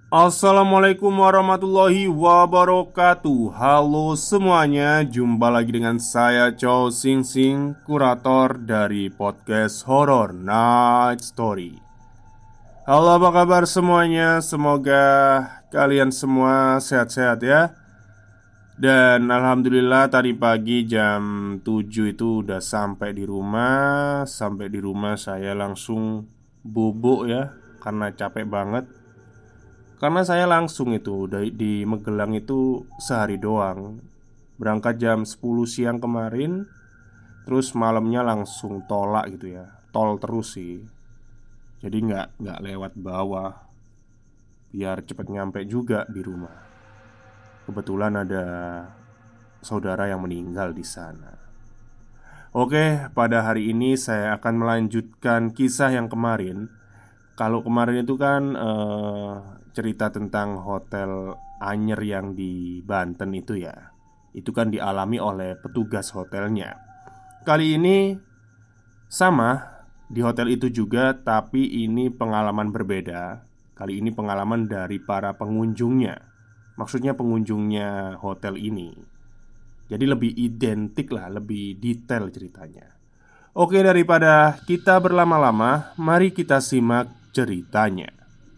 Assalamualaikum warahmatullahi wabarakatuh. Halo semuanya, jumpa lagi dengan saya Chow Sing Sing, kurator dari podcast Horror Night Story. Halo, apa kabar semuanya? Semoga kalian semua sehat-sehat ya. Dan alhamdulillah tadi pagi jam 7 itu udah sampai di rumah. Sampai di rumah saya langsung bubuk ya, karena capek banget. Karena saya langsung itu di Magelang itu sehari doang. Berangkat jam 10 siang kemarin. Terus malamnya langsung tolak gitu ya. Tol terus sih. Jadi nggak lewat bawah, biar cepet nyampe juga di rumah. Kebetulan ada saudara yang meninggal di sana. Oke, pada hari ini saya akan melanjutkan kisah yang kemarin. Kalau kemarin itu kan cerita tentang hotel Anyer yang di Banten itu ya. Itu kan dialami oleh petugas hotelnya. Kali ini sama, di hotel itu juga, tapi ini pengalaman berbeda. Kali ini pengalaman dari para pengunjungnya. Maksudnya pengunjungnya hotel ini. Jadi lebih identik lah, lebih detail ceritanya. Oke, daripada kita berlama-lama, mari kita simak ceritanya.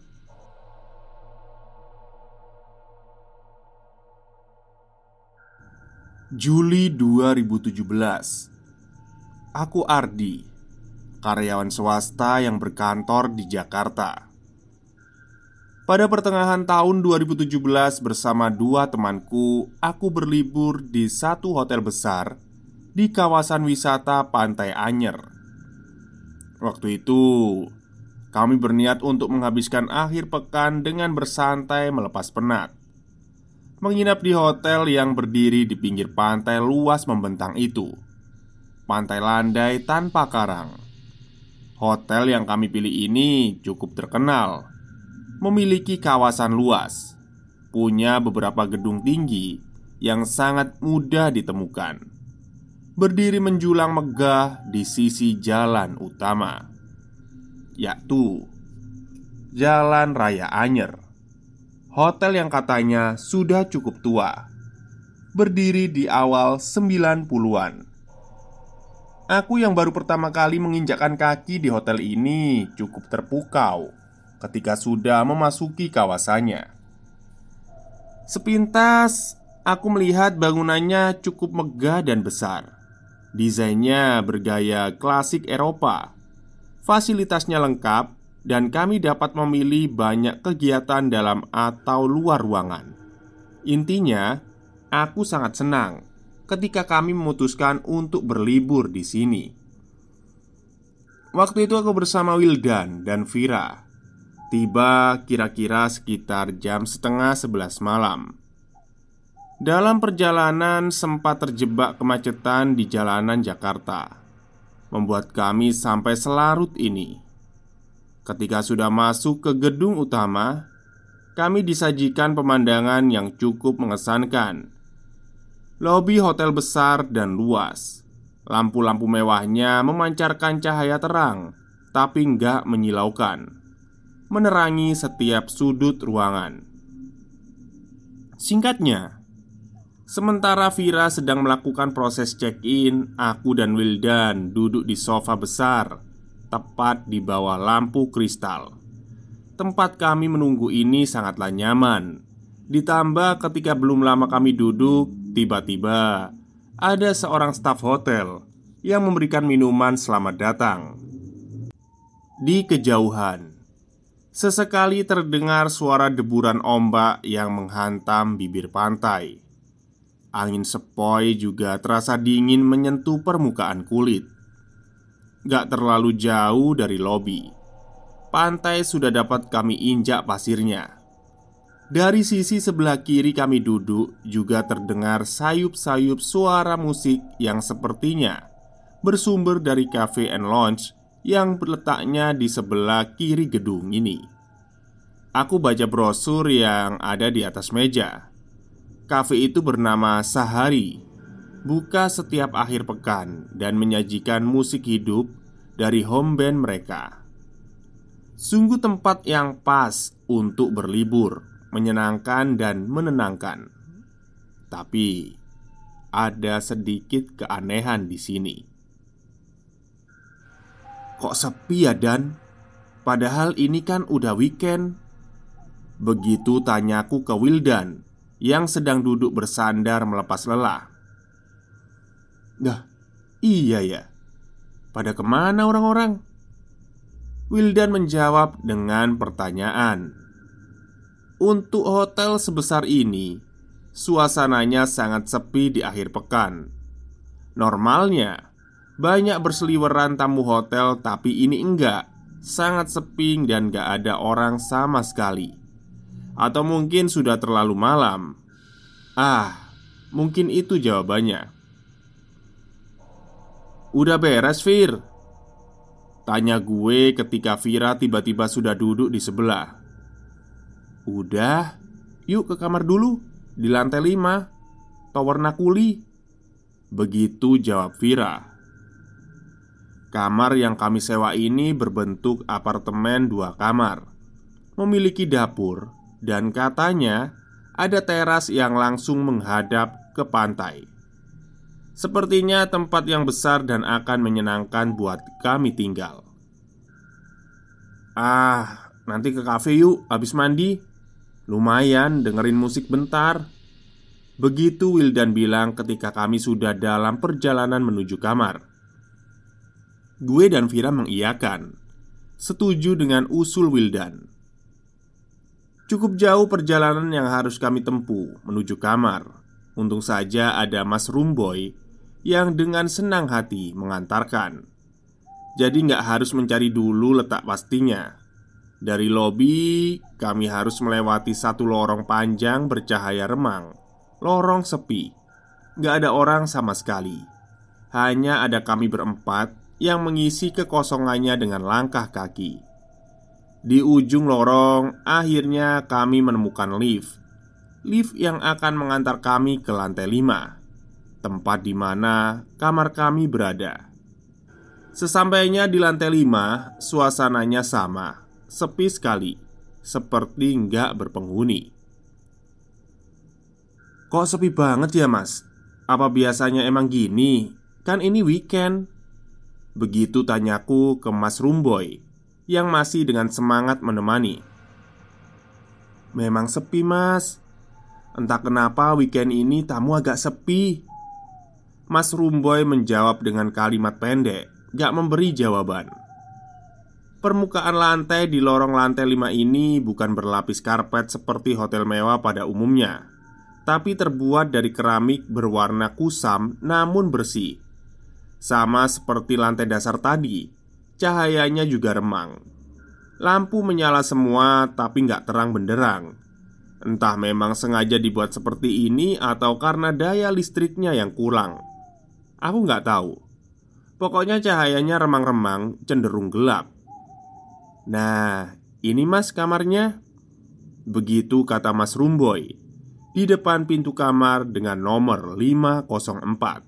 Juli 2017. Aku Ardi, karyawan swasta yang berkantor di Jakarta. Pada pertengahan tahun 2017 bersama dua temanku, aku berlibur di satu hotel besar di kawasan wisata Pantai Anyer. Waktu itu, kami berniat untuk menghabiskan akhir pekan dengan bersantai melepas penat. Menginap di hotel yang berdiri di pinggir pantai luas membentang itu. Pantai landai tanpa karang. Hotel yang kami pilih ini cukup terkenal. Memiliki kawasan luas, punya beberapa gedung tinggi yang sangat mudah ditemukan, berdiri menjulang megah di sisi jalan utama, yaitu Jalan Raya Anyer. Hotel yang katanya sudah cukup tua, berdiri di awal 90-an. Aku yang baru pertama kali menginjakkan kaki di hotel ini cukup terpukau ketika sudah memasuki kawasannya. Sepintas, aku melihat bangunannya cukup megah dan besar. Desainnya bergaya klasik Eropa. Fasilitasnya lengkap dan kami dapat memilih banyak kegiatan dalam atau luar ruangan. Intinya, aku sangat senang ketika kami memutuskan untuk berlibur di sini. Waktu itu aku bersama Wildan dan Vira. Tiba kira-kira sekitar jam setengah 11 malam. Dalam perjalanan sempat terjebak kemacetan di jalanan Jakarta, membuat kami sampai selarut ini. Ketika sudah masuk ke gedung utama, kami disajikan pemandangan yang cukup mengesankan. Lobi hotel besar dan luas. Lampu-lampu mewahnya memancarkan cahaya terang, tapi nggak menyilaukan, menerangi setiap sudut ruangan. Singkatnya, sementara Vira sedang melakukan proses check-in, aku dan Wildan duduk di sofa besar, tepat di bawah lampu kristal. Tempat kami menunggu ini sangatlah nyaman. Ditambah ketika belum lama kami duduk, tiba-tiba ada seorang staf hotel yang memberikan minuman selamat datang. Di kejauhan, sesekali terdengar suara deburan ombak yang menghantam bibir pantai. Angin sepoi juga terasa dingin menyentuh permukaan kulit. Gak terlalu jauh dari lobi, pantai sudah dapat kami injak pasirnya. Dari sisi sebelah kiri kami duduk juga terdengar sayup-sayup suara musik yang sepertinya bersumber dari cafe and lounge yang letaknya di sebelah kiri gedung ini. Aku baca brosur yang ada di atas meja. Kafe itu bernama Sahari, buka setiap akhir pekan dan menyajikan musik hidup dari home band mereka. Sungguh tempat yang pas untuk berlibur, menyenangkan dan menenangkan. Tapi ada sedikit keanehan di sini. Kok sepi ya Dan? Padahal ini kan udah weekend. Begitu tanyaku ke Wildan yang sedang duduk bersandar melepas lelah. Dah, iya ya. Pada kemana orang-orang? Wildan menjawab dengan pertanyaan. Untuk hotel sebesar ini, suasananya sangat sepi di akhir pekan. Normalnya, banyak berseliweran tamu hotel, tapi ini enggak. Sangat sepi dan gak ada orang sama sekali. Atau mungkin sudah terlalu malam. Mungkin itu jawabannya. Udah beres, Fir? Tanya gue ketika Vira tiba-tiba sudah duduk di sebelah. Udah, yuk ke kamar dulu. Di lantai 5 Tower Nakuli. Begitu jawab Vira. Kamar yang kami sewa ini berbentuk apartemen 2 kamar, memiliki dapur, dan katanya ada teras yang langsung menghadap ke pantai. Sepertinya tempat yang besar dan akan menyenangkan buat kami tinggal. Nanti ke kafe yuk habis mandi. Lumayan dengerin musik bentar. Begitu Wildan bilang ketika kami sudah dalam perjalanan menuju kamar. Gue dan Vira mengiyakan, setuju dengan usul Wildan. Cukup jauh perjalanan yang harus kami tempuh menuju kamar. Untung saja ada Mas Rumboy yang dengan senang hati mengantarkan. Jadi nggak harus mencari dulu letak pastinya. Dari lobi, kami harus melewati satu lorong panjang bercahaya remang. Lorong sepi, nggak ada orang sama sekali. Hanya ada kami berempat yang mengisi kekosongannya dengan langkah kaki. Di ujung lorong, akhirnya kami menemukan lift. Lift yang akan mengantar kami ke lantai 5, tempat di mana kamar kami berada. Sesampainya di lantai 5, suasananya sama, sepi sekali, seperti nggak berpenghuni. Kok sepi banget ya mas? Apa biasanya emang gini? Kan ini weekend. Begitu tanyaku ke Mas Rumboy yang masih dengan semangat menemani. Memang sepi mas. Entah kenapa weekend ini tamu agak sepi. Mas Rumboy menjawab dengan kalimat pendek, gak memberi jawaban. Permukaan lantai di lorong lantai 5 ini bukan berlapis karpet seperti hotel mewah pada umumnya, tapi terbuat dari keramik berwarna kusam namun bersih. Sama seperti lantai dasar tadi, cahayanya juga remang. Lampu menyala semua tapi gak terang benderang. Entah memang sengaja dibuat seperti ini atau karena daya listriknya yang kurang. Aku nggak tahu. Pokoknya cahayanya remang-remang, cenderung gelap. Nah, ini mas kamarnya. Begitu kata Mas Rumboy di depan pintu kamar dengan nomor 504.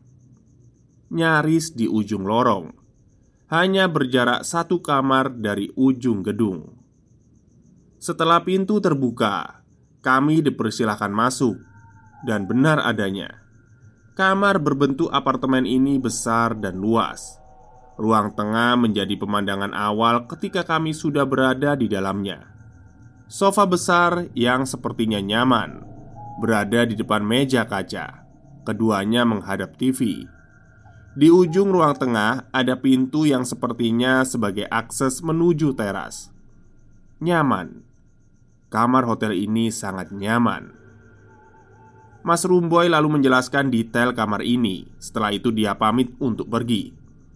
Nyaris di ujung lorong. Hanya berjarak 1 kamar dari ujung gedung. Setelah pintu terbuka, kami dipersilahkan masuk. Dan benar adanya, kamar berbentuk apartemen ini besar dan luas. Ruang tengah menjadi pemandangan awal ketika kami sudah berada di dalamnya. Sofa besar yang sepertinya nyaman berada di depan meja kaca. Keduanya menghadap TV. Di ujung ruang tengah ada pintu yang sepertinya sebagai akses menuju teras. Nyaman. Kamar hotel ini sangat nyaman. Mas Rumboy lalu menjelaskan detail kamar ini. Setelah itu dia pamit untuk pergi.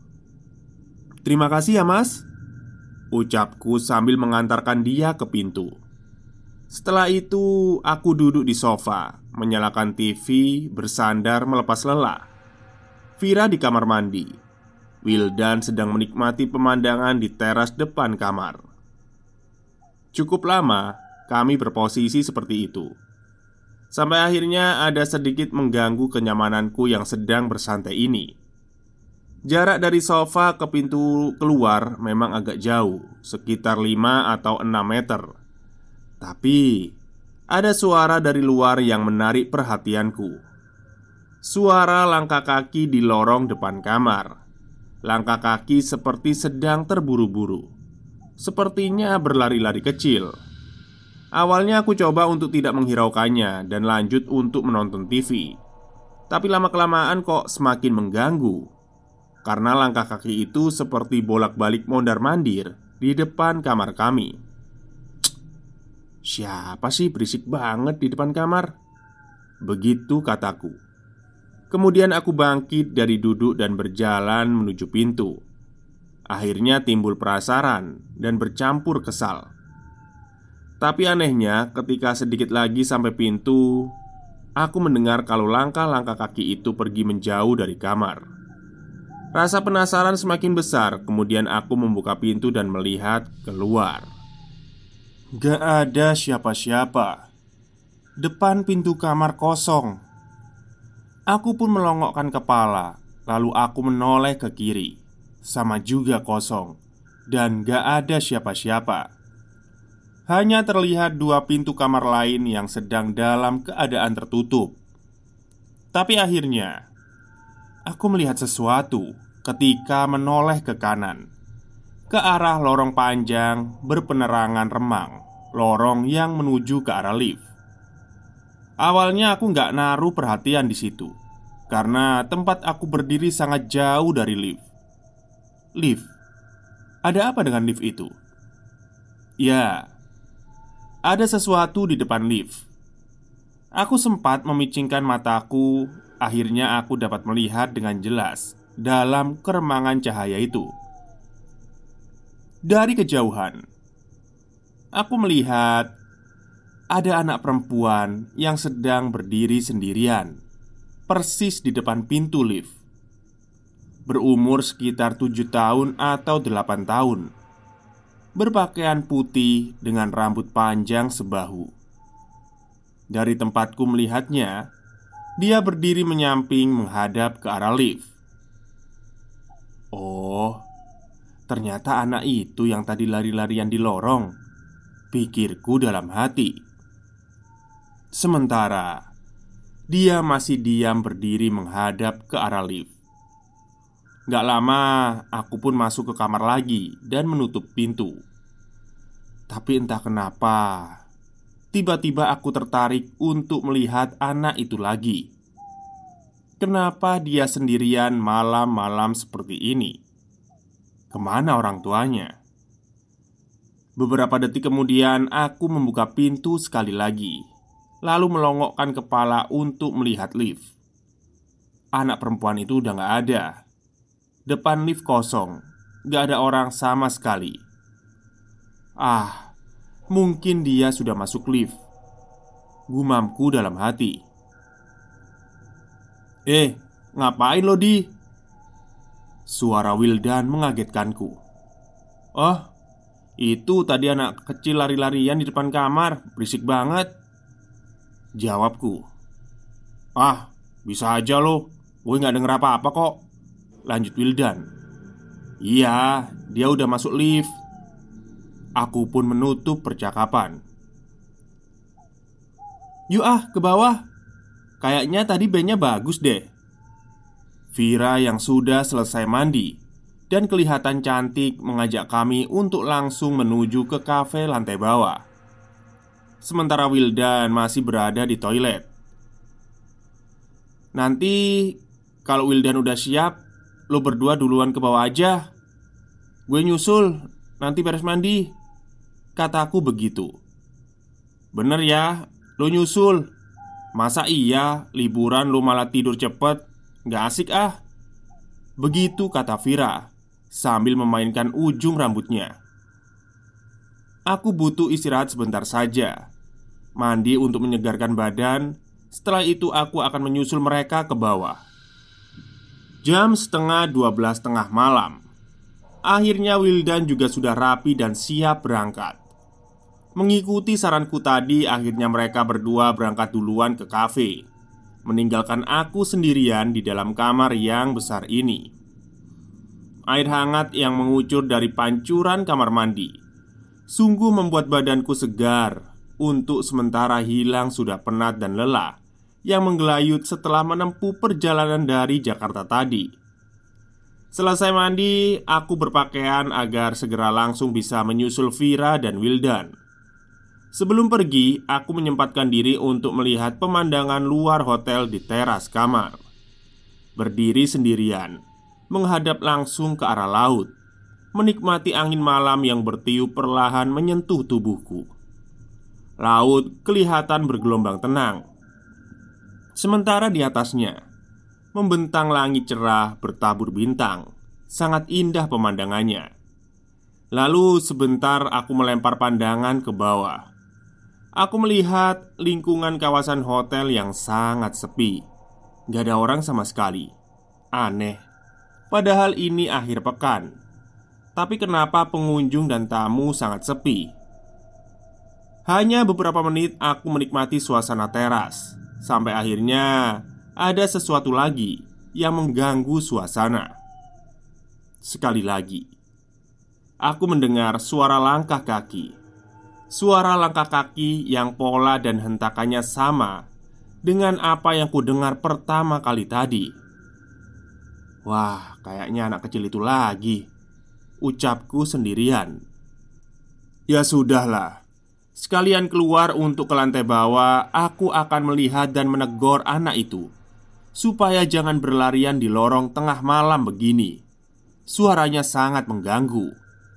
Terima kasih ya mas, ucapku sambil mengantarkan dia ke pintu. Setelah itu aku duduk di sofa, menyalakan TV, bersandar melepas lelah. Vira di kamar mandi. Wildan sedang menikmati pemandangan di teras depan kamar. Cukup lama kami berposisi seperti itu, sampai akhirnya ada sedikit mengganggu kenyamananku yang sedang bersantai ini. Jarak dari sofa ke pintu keluar memang agak jauh, sekitar 5 atau 6 meter. Tapi ada suara dari luar yang menarik perhatianku. Suara langkah kaki di lorong depan kamar. Langkah kaki seperti sedang terburu-buru. Sepertinya berlari-lari kecil. Awalnya aku coba untuk tidak menghiraukannya dan lanjut untuk menonton TV. Tapi lama-kelamaan kok semakin mengganggu. Karena langkah kaki itu seperti bolak-balik mondar-mandir di depan kamar kami. Siapa sih berisik banget di depan kamar? Begitu kataku. Kemudian aku bangkit dari duduk dan berjalan menuju pintu. Akhirnya timbul penasaran dan bercampur kesal. Tapi anehnya, ketika sedikit lagi sampai pintu, aku mendengar kalau langkah-langkah kaki itu pergi menjauh dari kamar. Rasa penasaran semakin besar. Kemudian aku membuka pintu dan melihat keluar. Gak ada siapa-siapa. Depan pintu kamar kosong. Aku pun melongokkan kepala. Lalu aku menoleh ke kiri. Sama juga kosong. Dan gak ada siapa-siapa. Hanya terlihat 2 pintu kamar lain yang sedang dalam keadaan tertutup. Tapi akhirnya aku melihat sesuatu ketika menoleh ke kanan, ke arah lorong panjang berpenerangan remang. Lorong yang menuju ke arah lift. Awalnya aku nggak naruh perhatian di situ, karena tempat aku berdiri sangat jauh dari lift. Lift? Ada apa dengan lift itu? Ya, ada sesuatu di depan lift. Aku sempat memicingkan mataku. Akhirnya aku dapat melihat dengan jelas dalam keremangan cahaya itu. Dari kejauhan, aku melihat ada anak perempuan yang sedang berdiri sendirian, persis di depan pintu lift. Berumur sekitar 7 tahun atau 8 tahun. Berpakaian putih dengan rambut panjang sebahu. Dari tempatku melihatnya, dia berdiri menyamping menghadap ke arah lift. Oh, ternyata anak itu yang tadi lari-larian di lorong, pikirku dalam hati. Sementara dia masih diam berdiri menghadap ke arah lift. Gak lama aku pun masuk ke kamar lagi dan menutup pintu. Tapi entah kenapa, tiba-tiba aku tertarik untuk melihat anak itu lagi. Kenapa dia sendirian malam-malam seperti ini? Kemana orang tuanya? Beberapa detik kemudian aku membuka pintu sekali lagi, lalu melongokkan kepala untuk melihat lift. Anak perempuan itu udah gak ada. Depan lift kosong, gak ada orang sama sekali. Ah, mungkin dia sudah masuk lift, gumamku dalam hati. Ngapain lo Di? Suara Wildan mengagetkanku. Oh, itu tadi anak kecil lari-larian di depan kamar, berisik banget, jawabku. Ah, bisa aja lo, gue gak denger apa-apa kok, lanjut Wildan. Iya, dia udah masuk lift. Aku pun menutup percakapan. Yuk ke bawah. Kayaknya tadi bandnya bagus deh. Vira yang sudah selesai mandi dan kelihatan cantik mengajak kami untuk langsung menuju ke kafe lantai bawah. Sementara Wildan masih berada di toilet. Nanti kalau Wildan udah siap, lo berdua duluan ke bawah aja. Gue nyusul, nanti beres mandi, kataku begitu. Bener ya, lo nyusul. Masa iya liburan lo malah tidur cepet? Gak asik ah. Begitu kata Vira sambil memainkan ujung rambutnya. Aku butuh istirahat sebentar saja, mandi untuk menyegarkan badan. Setelah itu aku akan menyusul mereka ke bawah. Jam setengah 12 tengah malam. Akhirnya Wildan juga sudah rapi dan siap berangkat. Mengikuti saranku tadi, akhirnya mereka berdua berangkat duluan ke kafe, meninggalkan aku sendirian di dalam kamar yang besar ini. Air hangat yang mengucur dari pancuran kamar mandi sungguh membuat badanku segar. Untuk sementara hilang sudah penat dan lelah yang menggelayut setelah menempuh perjalanan dari Jakarta tadi. Selesai mandi, aku berpakaian agar segera langsung bisa menyusul Vira dan Wildan. Sebelum pergi, aku menyempatkan diri untuk melihat pemandangan luar hotel di teras kamar. Berdiri sendirian, menghadap langsung ke arah laut, menikmati angin malam yang bertiup perlahan menyentuh tubuhku. Laut kelihatan bergelombang tenang. Sementara di atasnya membentang langit cerah bertabur bintang. Sangat indah pemandangannya. Lalu sebentar aku melempar pandangan ke bawah. Aku melihat lingkungan kawasan hotel yang sangat sepi. Gak ada orang sama sekali. Aneh. Padahal ini akhir pekan. Tapi kenapa pengunjung dan tamu sangat sepi? Hanya beberapa menit aku menikmati suasana teras. Sampai akhirnya ada sesuatu lagi yang mengganggu suasana. Sekali lagi aku mendengar suara langkah kaki. Suara langkah kaki yang pola dan hentakannya sama dengan apa yang kudengar pertama kali tadi. Wah, kayaknya anak kecil itu lagi, ucapku sendirian. Ya sudahlah, sekalian keluar untuk ke lantai bawah. Aku akan melihat dan menegur anak itu supaya jangan berlarian di lorong tengah malam begini. Suaranya sangat mengganggu.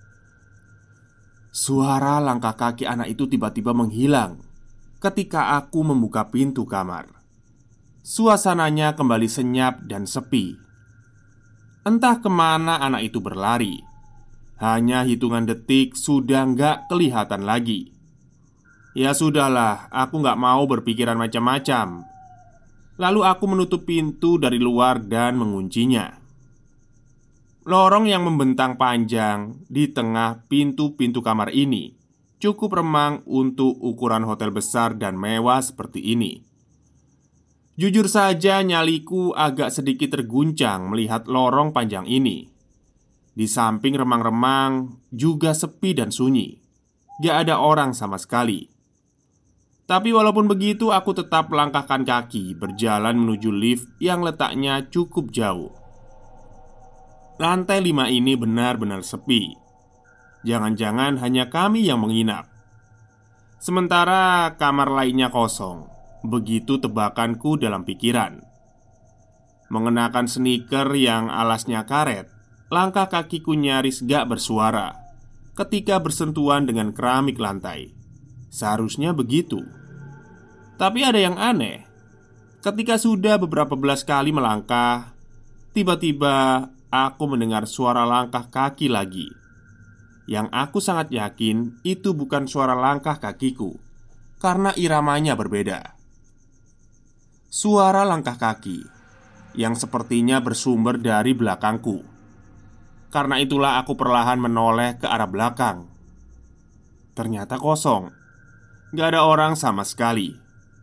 Suara langkah kaki anak itu tiba-tiba menghilang ketika aku membuka pintu kamar. Suasananya kembali senyap dan sepi. Entah kemana anak itu berlari. Hanya hitungan detik sudah nggak kelihatan lagi. Ya sudahlah, aku nggak mau berpikiran macam-macam. Lalu aku menutup pintu dari luar dan menguncinya. Lorong yang membentang panjang di tengah pintu-pintu kamar ini cukup remang untuk ukuran hotel besar dan mewah seperti ini. Jujur saja nyaliku agak sedikit terguncang melihat lorong panjang ini. Di samping remang-remang juga sepi dan sunyi. Gak ada orang sama sekali. Tapi walaupun begitu aku tetap melangkahkan kaki berjalan menuju lift yang letaknya cukup jauh. Lantai 5 ini benar-benar sepi. Jangan-jangan hanya kami yang menginap. Sementara kamar lainnya kosong. Begitu tebakanku dalam pikiran. Mengenakan sneaker yang alasnya karet, langkah kakiku nyaris gak bersuara ketika bersentuhan dengan keramik lantai. Seharusnya begitu. Tapi ada yang aneh. Ketika sudah beberapa belas kali melangkah, tiba-tiba aku mendengar suara langkah kaki lagi. Yang aku sangat yakin itu bukan suara langkah kakiku, karena iramanya berbeda. Suara langkah kaki yang sepertinya bersumber dari belakangku. Karena itulah aku perlahan menoleh ke arah belakang. Ternyata kosong. Gak ada orang sama sekali.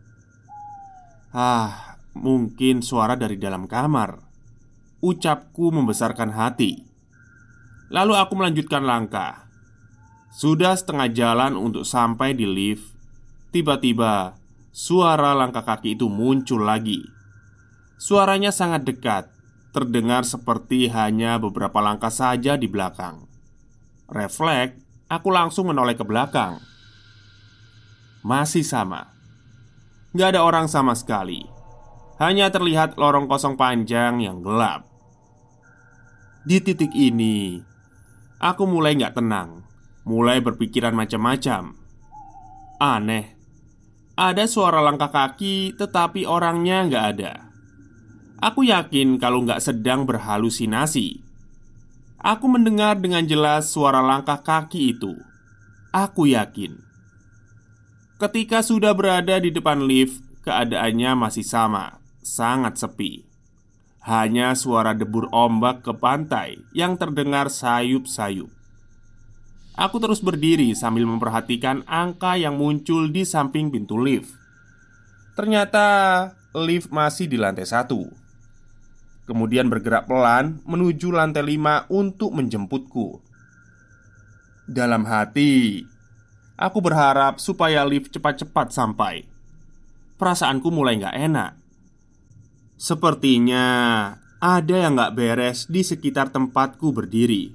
Mungkin suara dari dalam kamar, ucapku membesarkan hati. Lalu aku melanjutkan langkah. Sudah setengah jalan untuk sampai di lift. Tiba-tiba suara langkah kaki itu muncul lagi. Suaranya sangat dekat, terdengar seperti hanya beberapa langkah saja di belakang. Refleks, aku langsung menoleh ke belakang. Masih sama. Gak ada orang sama sekali. Hanya terlihat lorong kosong panjang yang gelap. Di titik ini aku mulai gak tenang. Mulai berpikiran macam-macam. Aneh. Ada suara langkah kaki tetapi orangnya gak ada. Aku yakin kalau gak sedang berhalusinasi. Aku mendengar dengan jelas suara langkah kaki itu. Aku yakin. Ketika sudah berada di depan lift, keadaannya masih sama, sangat sepi. Hanya suara debur ombak ke pantai yang terdengar sayup-sayup. Aku terus berdiri sambil memperhatikan angka yang muncul di samping pintu lift. Ternyata lift masih di lantai 1. kemudian bergerak pelan menuju lantai 5 untuk menjemputku. Dalam hati, aku berharap supaya lift cepat-cepat sampai. Perasaanku mulai gak enak. Sepertinya ada yang gak beres di sekitar tempatku berdiri.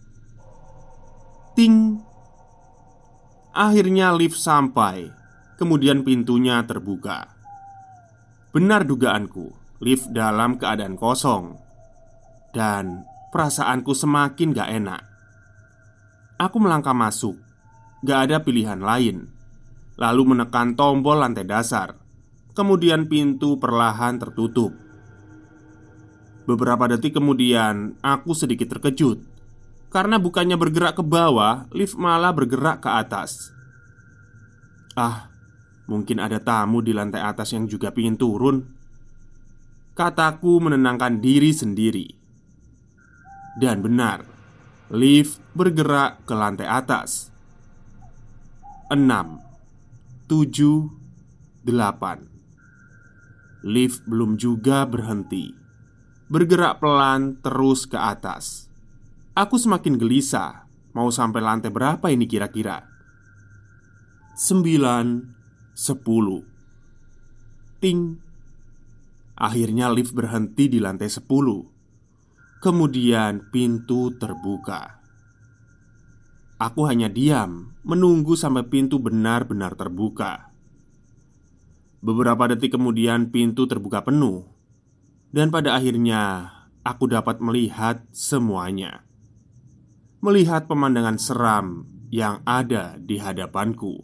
Ting! Akhirnya lift sampai. Kemudian pintunya terbuka. Benar dugaanku, lift dalam keadaan kosong. Dan perasaanku semakin gak enak. Aku melangkah masuk. Gak ada pilihan lain. Lalu menekan tombol lantai dasar. Kemudian pintu perlahan tertutup. Beberapa detik kemudian, aku sedikit terkejut. Karena bukannya bergerak ke bawah, lift malah bergerak ke atas. Ah, mungkin ada tamu di lantai atas yang juga pingin turun, kataku menenangkan diri sendiri. Dan benar, lift bergerak ke lantai atas. 6, 7, 8. Lift belum juga berhenti. Bergerak pelan terus ke atas. Aku semakin gelisah. Mau sampai lantai berapa ini kira-kira? 9, 10. Ting. Akhirnya lift berhenti di lantai 10. Kemudian pintu terbuka. Aku hanya diam, menunggu sampai pintu benar-benar terbuka. Beberapa detik kemudian pintu terbuka penuh. Dan pada akhirnya aku dapat melihat semuanya. Melihat pemandangan seram yang ada di hadapanku.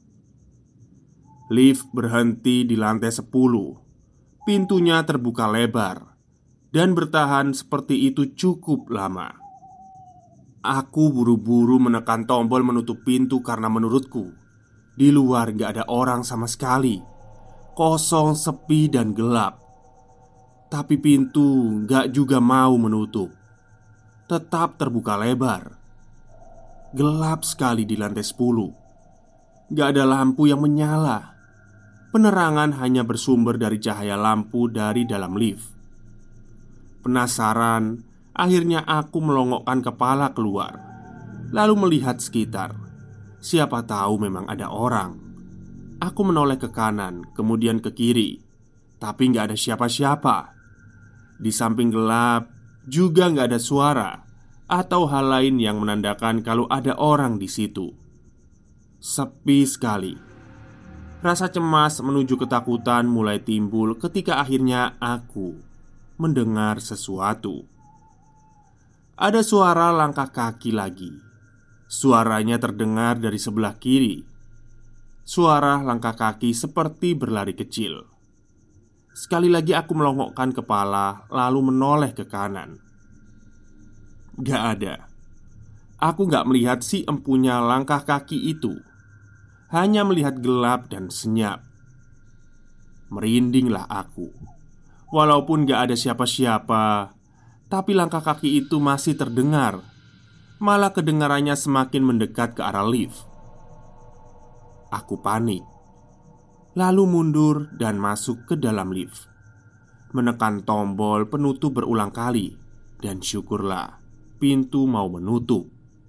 Lift berhenti di lantai 10. Pintunya terbuka lebar dan bertahan seperti itu cukup lama. Aku buru-buru menekan tombol menutup pintu karena menurutku di luar gak ada orang sama sekali. Kosong, sepi, dan gelap. Tapi pintu gak juga mau menutup. Tetap terbuka lebar. Gelap sekali di lantai 10. Gak ada lampu yang menyala. Penerangan hanya bersumber dari cahaya lampu dari dalam lift. Penasaran, akhirnya aku melongokkan kepala keluar. Lalu melihat sekitar. Siapa tahu memang ada orang. Aku menoleh ke kanan, kemudian ke kiri. Tapi gak ada siapa-siapa. Di samping gelap, juga gak ada suara atau hal lain yang menandakan kalau ada orang di situ. Sepi sekali. Rasa cemas menuju ketakutan mulai timbul ketika akhirnya aku mendengar sesuatu. Ada suara langkah kaki lagi. Suaranya terdengar dari sebelah kiri. Suara langkah kaki seperti berlari kecil. Sekali lagi aku melongokkan kepala, lalu menoleh ke kanan. Gak ada. Aku gak melihat si empunya langkah kaki itu. Hanya melihat gelap dan senyap. Merindinglah aku. Walaupun gak ada siapa-siapa, tapi langkah kaki itu masih terdengar. Malah kedengarannya semakin mendekat ke arah lift. Aku panik. Lalu mundur dan masuk ke dalam lift. Menekan tombol penutup berulang kali. Dan syukurlah pintu mau menutup.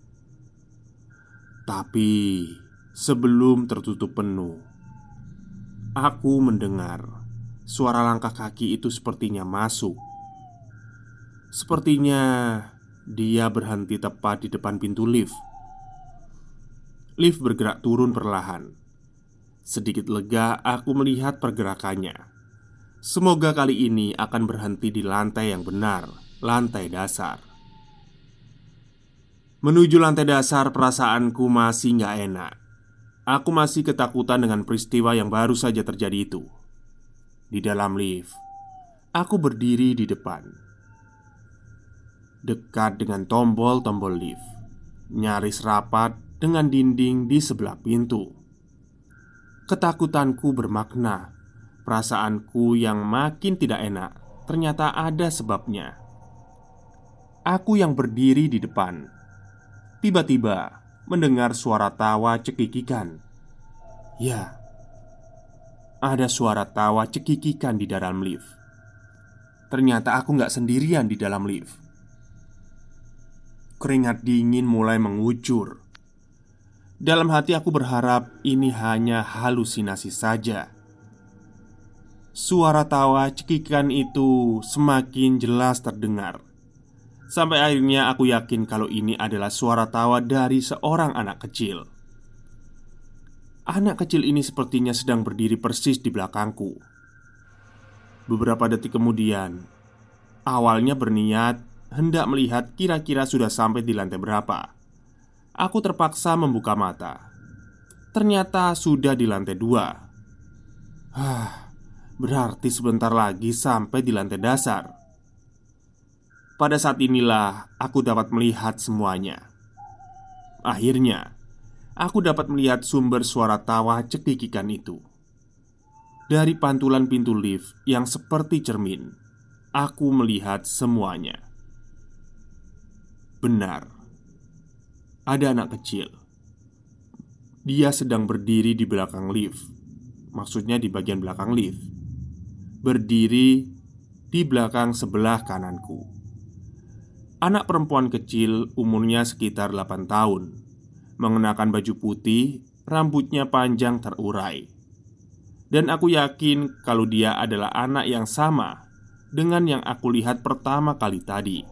Tapi sebelum tertutup penuh, aku mendengar suara langkah kaki itu sepertinya masuk. Sepertinya dia berhenti tepat di depan pintu lift. Lift bergerak turun perlahan. Sedikit lega aku melihat pergerakannya. Semoga kali ini akan berhenti di lantai yang benar, lantai dasar. Menuju lantai dasar, perasaanku masih gak enak. Aku masih ketakutan dengan peristiwa yang baru saja terjadi itu. Di dalam lift, aku berdiri di depan, dekat dengan tombol-tombol lift, nyaris rapat dengan dinding di sebelah pintu. Ketakutanku bermakna. Perasaanku yang makin tidak enak ternyata ada sebabnya. Aku yang berdiri di depan tiba-tiba mendengar suara tawa cekikikan. Ya, ada suara tawa cekikikan di dalam lift. ternyata aku nggak sendirian di dalam lift. Keringat dingin mulai mengucur. Dalam hati aku berharap ini hanya halusinasi saja. Suara tawa cekikan itu semakin jelas terdengar. Sampai akhirnya aku yakin kalau ini adalah suara tawa dari seorang anak kecil. Anak kecil ini sepertinya sedang berdiri persis di belakangku. Beberapa detik kemudian, awalnya berniat hendak melihat kira-kira sudah sampai di lantai berapa. Aku terpaksa membuka mata. Ternyata sudah di lantai 2. Berarti sebentar lagi sampai di lantai dasar. Pada saat inilah aku dapat melihat semuanya. Akhirnya, aku dapat melihat sumber suara tawa cekikikan itu. Dari pantulan pintu lift yang seperti cermin, aku melihat semuanya. Benar, ada anak kecil. Dia sedang berdiri di belakang lift. Maksudnya di bagian belakang lift. Berdiri di belakang sebelah kananku. Anak perempuan kecil umurnya sekitar 8 tahun, mengenakan baju putih, rambutnya panjang terurai. Dan aku yakin kalau dia adalah anak yang sama dengan yang aku lihat pertama kali tadi.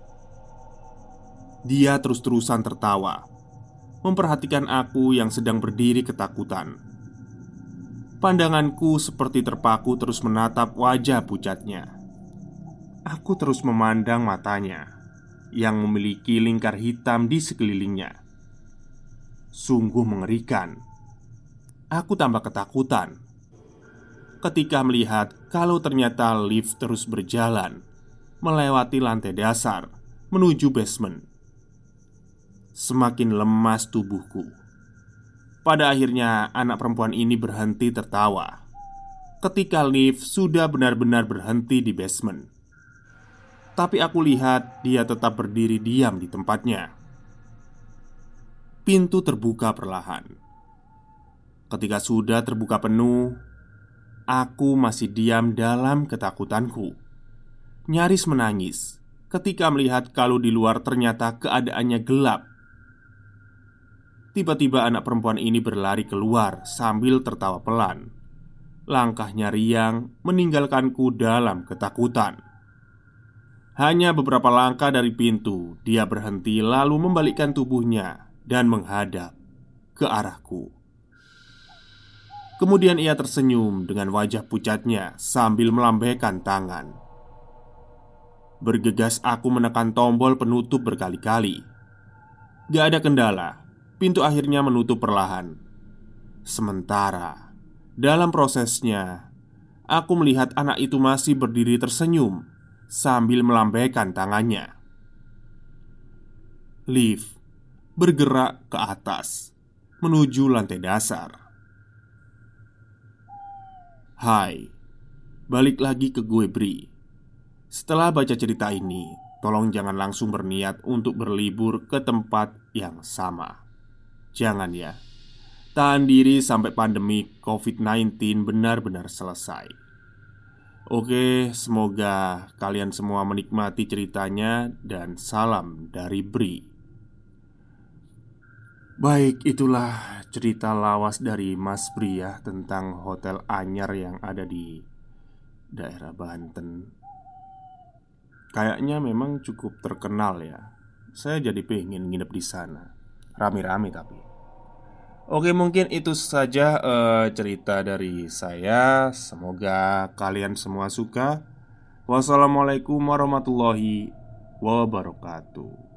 Dia terus-terusan tertawa, memperhatikan aku yang sedang berdiri ketakutan. Pandanganku seperti terpaku terus menatap wajah pucatnya. Aku terus memandang matanya yang memiliki lingkar hitam di sekelilingnya. Sungguh mengerikan. Aku tambah ketakutan ketika melihat kalau ternyata lift terus berjalan melewati lantai dasar menuju basement. Semakin lemas tubuhku. Pada akhirnya anak perempuan ini berhenti tertawa ketika lift sudah benar-benar berhenti di basement. Tapi aku lihat dia tetap berdiri diam di tempatnya. Pintu terbuka perlahan. Ketika sudah terbuka penuh, aku masih diam dalam ketakutanku. Nyaris menangis ketika melihat kalau di luar ternyata keadaannya gelap. Tiba-tiba anak perempuan ini berlari keluar sambil tertawa pelan. Langkahnya riang meninggalkanku dalam ketakutan. Hanya beberapa langkah dari pintu, dia berhenti lalu membalikkan tubuhnya dan menghadap ke arahku. Kemudian ia tersenyum dengan wajah pucatnya sambil melambaikan tangan. Bergegas aku menekan tombol penutup berkali-kali. Gak ada kendala, pintu akhirnya menutup perlahan. Sementara dalam prosesnya, aku melihat anak itu masih berdiri tersenyum sambil melambaikan tangannya. Lift bergerak ke atas menuju lantai dasar. Hai, balik lagi ke gue Bri. Setelah baca cerita ini, tolong jangan langsung berniat untuk berlibur ke tempat yang sama. Jangan ya. Tahan diri sampai pandemi COVID-19 benar-benar selesai. Oke, semoga kalian semua menikmati ceritanya. Dan salam dari Bri. Baik, itulah cerita lawas dari Mas Bri ya, tentang Hotel Anyar yang ada di daerah Banten. Kayaknya memang cukup terkenal ya. Saya jadi pengen nginep di sana. Rame-rame tapi. Oke, mungkin itu saja cerita dari saya. Semoga kalian semua suka. Wassalamualaikum warahmatullahi wabarakatuh.